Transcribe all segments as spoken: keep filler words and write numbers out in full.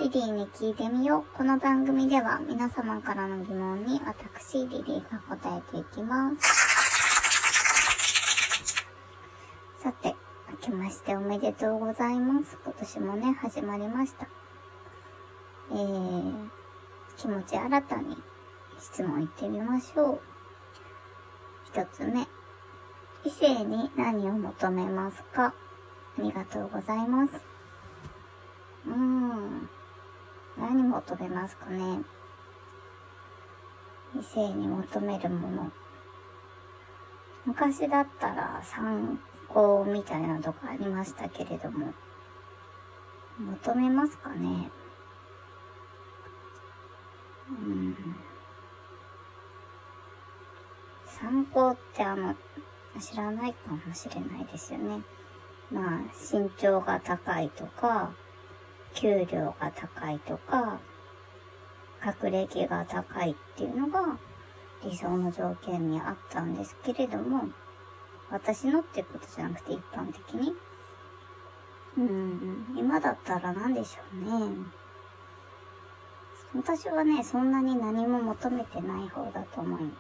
リリーに聞いてみよう。この番組では皆様からの疑問に私リリーが答えていきます。さて、明けましておめでとうございます。今年もね、始まりました。えー、気持ち新たに質問いってみましょう。一つ目、異性に何を求めますか？ありがとうございます。うーん、何求めますかね。異性に求めるもの。昔だったら参考みたいなとかありましたけれども、求めますかね。うん、参考ってあの知らないかもしれないですよね。まあ身長が高いとか、給料が高いとか、学歴が高いっていうのが理想の条件にあったんですけれども、私のってことじゃなくて一般的に、うん、今だったら何でしょうね。私はね、そんなに何も求めてない方だと思います。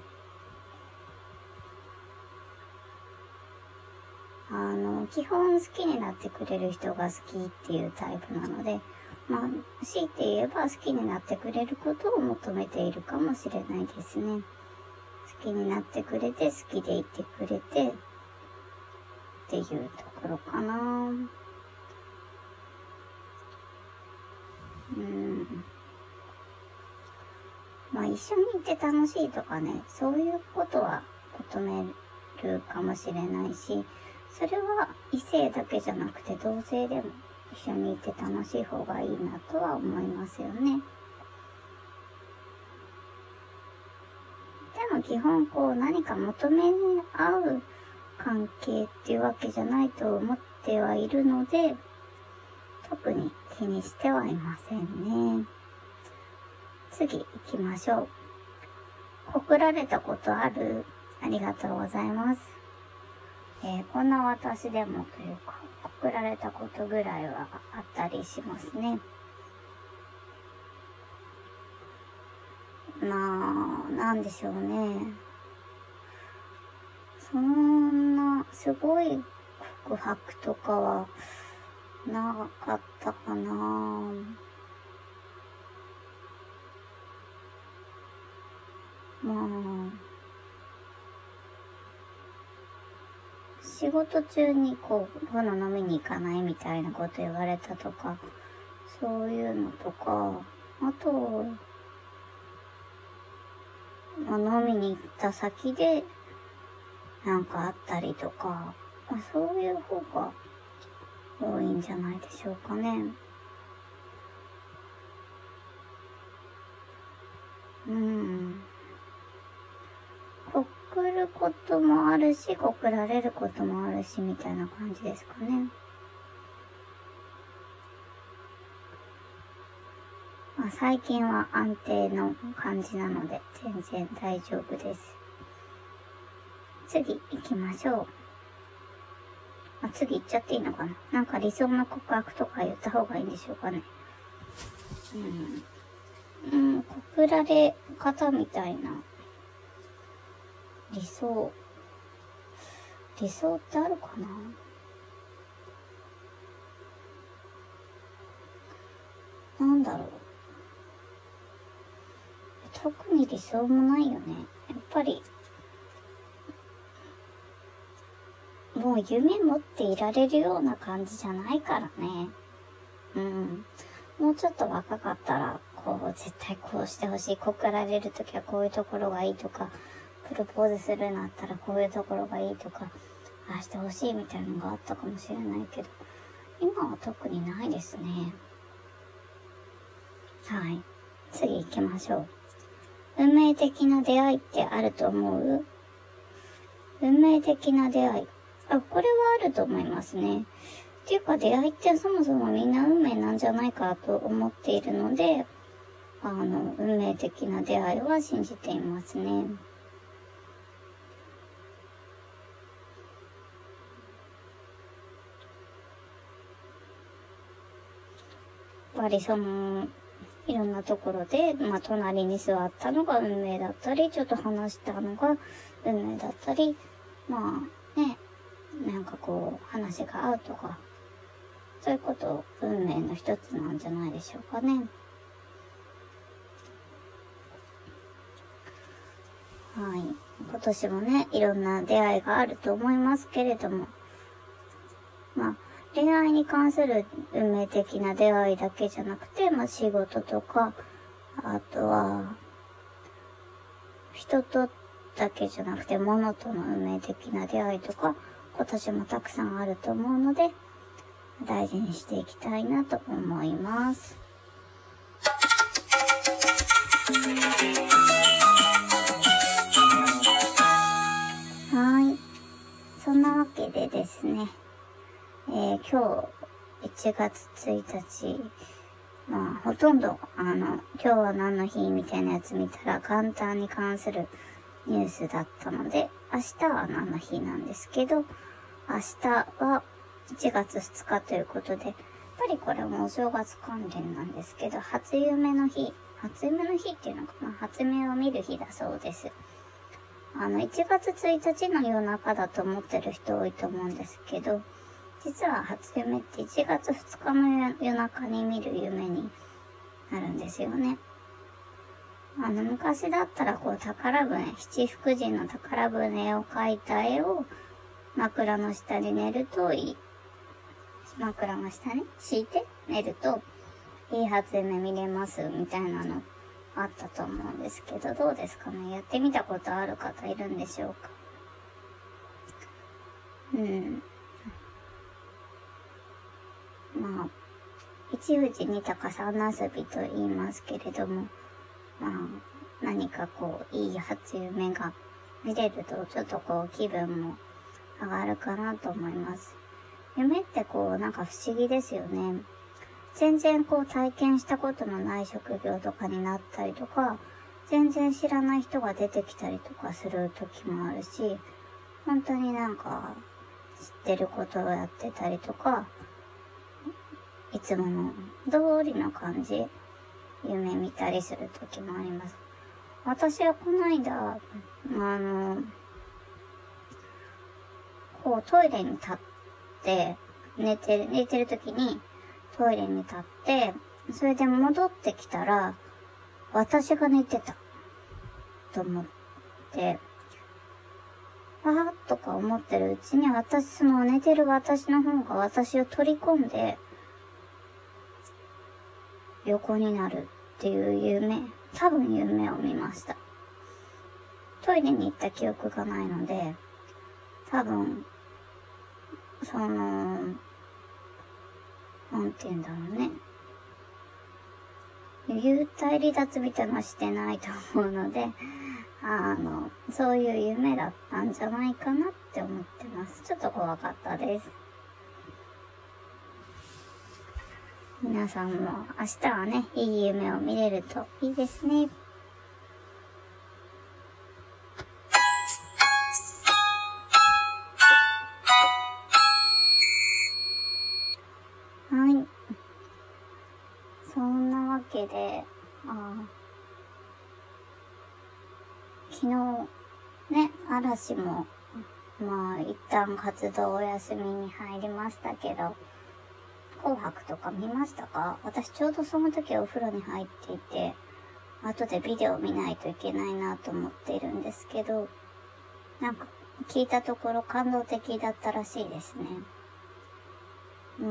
あの、基本好きになってくれる人が好きっていうタイプなので、まあ、強いて言えば好きになってくれることを求めているかもしれないですね。好きになってくれて、好きでいてくれて、っていうところかな。うん。まあ一緒にいて楽しいとかね、そういうことは求めるかもしれないし、それは異性だけじゃなくて同性でも一緒にいて楽しい方がいいなとは思いますよね。でも基本こう何か求め合う関係っていうわけじゃないと思ってはいるので、特に気にしてはいませんね。次行きましょう。告られたことある？ありがとうございます。えー、こんな私でもというか、告られたことぐらいはあったりしますね。まあ、なんでしょうね。そんな、すごい告白とかはなかったかな。まあ、仕事中にこう、この飲みに行かないみたいなこと言われたとか、そういうのとか、あと、まあ、飲みに行った先でなんかあったりとか、まあ、そういう方が多いんじゃないでしょうかね。うん。告ることもあるし、告られることもあるし、みたいな感じですかね。まあ、最近は安定の感じなので、全然大丈夫です。次行きましょう。あ、次行っちゃっていいのかな？なんか理想の告白とか言った方がいいんでしょうかね。うん。うん、告られ方みたいな。理想。理想ってあるかな？なんだろう。特に理想もないよね。やっぱり、もう夢持っていられるような感じじゃないからね。うん。もうちょっと若かったら、こう、絶対こうしてほしい。告られるときはこういうところがいいとか、プロポーズするなったらこういうところがいいとか、ああしてほしいみたいなのがあったかもしれないけど、今は特にないですね。はい。次行きましょう。運命的な出会いってあると思う？運命的な出会い。あ、これはあると思いますね。っていうか出会いってそもそもみんな運命なんじゃないかと思っているので、あの、運命的な出会いは信じていますね。 ぱりその、いろんなところで、まあ、隣に座ったのが運命だったり、ちょっと話したのが運命だったり、まあね、なんかこう、話が合うとか、そういうこと、運命の一つなんじゃないでしょうかね。はい。今年もね、いろんな出会いがあると思いますけれども、まあ、恋愛に関する運命的な出会いだけじゃなくて、まあ仕事とか、あとは、人とだけじゃなくて物との運命的な出会いとか、今年もたくさんあると思うので、大事にしていきたいなと思います。はい。そんなわけでですね、えー、今日いちがつついたち、まあほとんどあの今日は何の日みたいなやつ見たら元旦に関するニュースだったので、明日は何の日なんですけど、明日はいちがつふつかということで、やっぱりこれもお正月関連なんですけど、初夢の日、初夢の日っていうのかな、初夢を見る日だそうです。あのいちがつついたちの夜中だと思ってる人多いと思うんですけど、実は初夢っていちがつふつかの夜中に見る夢になるんですよね。あの昔だったらこう宝船、七福神の宝船を描いた絵を枕の下に寝るといい。枕の下に敷いて寝るといい初夢見れますみたいなのあったと思うんですけど、どうですかね。やってみたことある方いるんでしょうか。うん。まあ、一富士二鷹三遊びと言いますけれども、まあ、何かこう、いい初夢が見れると、ちょっとこう、気分も上がるかなと思います。夢ってこう、なんか不思議ですよね。全然こう、体験したことのない職業とかになったりとか、全然知らない人が出てきたりとかする時もあるし、本当になんか、知ってることをやってたりとか、いつもの通りの感じ、夢見たりする時もあります。私はこの間、あの、こうトイレに立って、寝てる、寝てる時にトイレに立って、それで戻ってきたら、私が寝てた。と思って、わーっとか思ってるうちに、私、その寝てる私の方が私を取り込んで、横になるっていう夢、多分夢を見ました。トイレに行った記憶がないので、多分、その、なんて言うんだろうね。幽体離脱みたいなのはしてないと思うので、あの、そういう夢だったんじゃないかなって思ってます。ちょっと怖かったです。皆さんも明日はね、いい夢を見れるといいですね。はい。そんなわけで、あ昨日ね、嵐も、まあ一旦活動お休みに入りましたけど、紅白とか見ましたか？私ちょうどその時お風呂に入っていて、後でビデオ見ないといけないなと思っているんですけど、なんか聞いたところ感動的だったらしいですね。うん。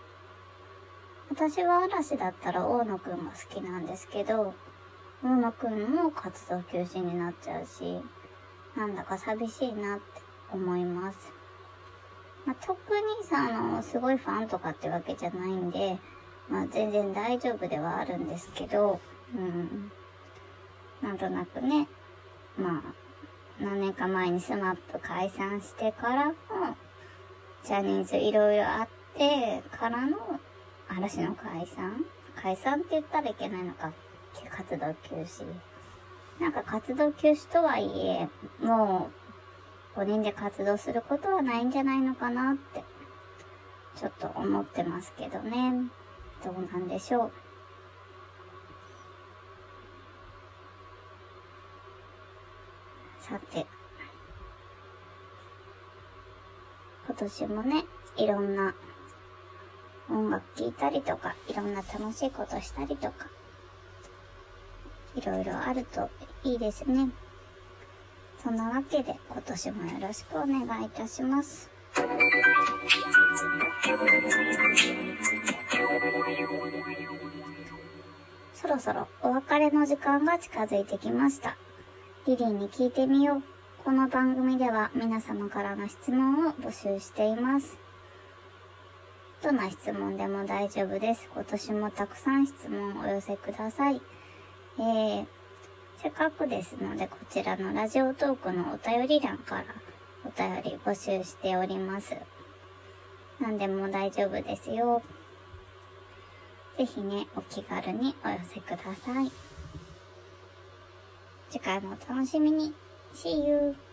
私は嵐だったら大野くんが好きなんですけど、大野くんも活動休止になっちゃうし、なんだか寂しいなって思います。まあ、特にさ、あの、すごいファンとかってわけじゃないんで、まあ全然大丈夫ではあるんですけど、うん。なんとなくね、まあ、何年か前にスマップ解散してからも、ジャニーズいろいろあってからの嵐の解散解散って言ったらいけないのか、活動休止。なんか活動休止とはいえ、もうごにんで活動することはないんじゃないのかなって、ちょっと思ってますけどね。 どうなんでしょう。さて、今年もね、いろんな音楽聴いたりとか、いろんな楽しいことしたりとか、いろいろあるといいですね。そんなわけで今年もよろしくお願いいたします。そろそろお別れの時間が近づいてきました。リリーに聞いてみよう。この番組では皆様からの質問を募集しています。どんな質問でも大丈夫です。今年もたくさん質問をお寄せください。えー、せっかくですので、こちらのラジオトークのお便り欄からお便り募集しております。何でも大丈夫ですよ。ぜひね、お気軽にお寄せください。次回もお楽しみに。See you!